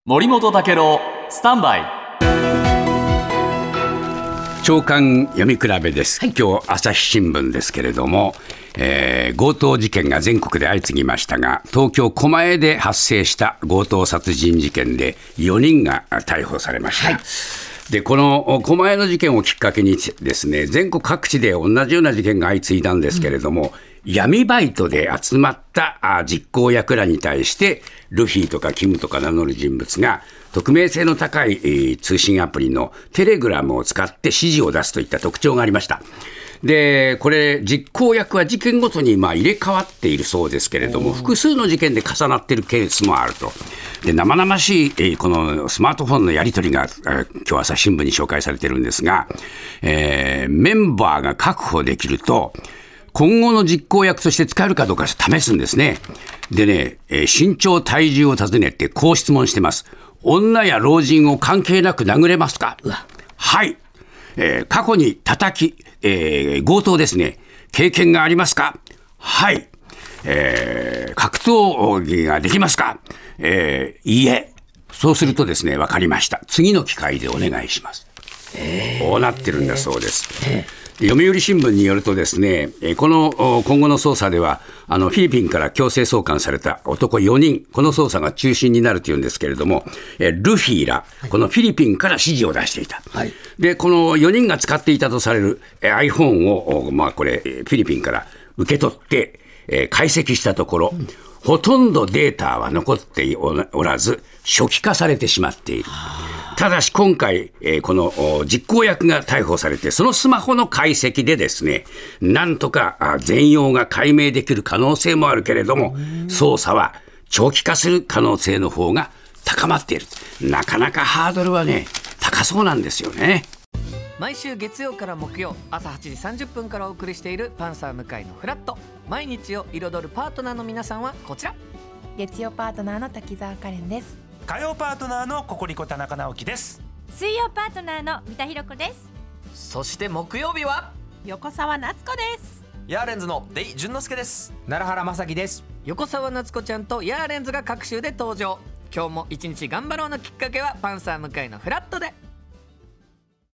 森本武郎スタンバイ朝刊読み比べです、今日朝日新聞ですけれども、強盗事件が全国で相次ぎましたが、東京狛江で発生した強盗殺人事件で4人が逮捕されました、でこの狛江の事件をきっかけにですね、全国各地で同じような事件が相次いだんですけれども、闇バイトで集まった実行役らに対してルフィとかキムとか名乗る人物が匿名性の高い通信アプリのテレグラムを使って指示を出すといった特徴がありました。でこれ実行役は事件ごとに入れ替わっているそうですけれども、複数の事件で重なっているケースもあると。で生々しいこのスマートフォンのやり取りが今日朝日新聞に紹介されているんですが、メンバーが確保できると今後の実行役として使えるかどうか試すんですね。でね、身長体重を尋ねてこう質問してます。女や老人を関係なく殴れますか？はい。過去に叩き、強盗ですね、経験がありますか？はい。格闘技ができますか？いいえ。そうするとですね、分かりました、次の機会でお願いします。こうなってるんだそうです。読売新聞によるとですね、この今後の捜査ではフィリピンから強制送還された男4人、この捜査が中心になるというんですけれども、ルフィらこのフィリピンから指示を出していた、でこの4人が使っていたとされる iPhone を、これフィリピンから受け取って、解析したところ、ほとんどデータは残っておらず初期化されてしまっている。ただし今回、この実行役が逮捕されて、そのスマホの解析でですね、なんとか全容が解明できる可能性もあるけれども、捜査は長期化する可能性の方が高まっている。なかなかハードルはね、高そうなんですよね。 毎週月曜から木曜朝8時30分からお送りしているパンサー向井のフラット。毎日を彩るパートナーの皆さんはこちら。 月曜パートナーの滝沢カレンです。 火曜パートナーのココリコ田中直樹です。 水曜パートナーの三田寛子です。 そして木曜日は横澤夏子です。 ヤーレンズのデイ淳之介です。 奈良原正樹です。 横澤夏子ちゃんとヤーレンズが各週で登場。今日も一日頑張ろうのきっかけはパンサー向井のフラットで。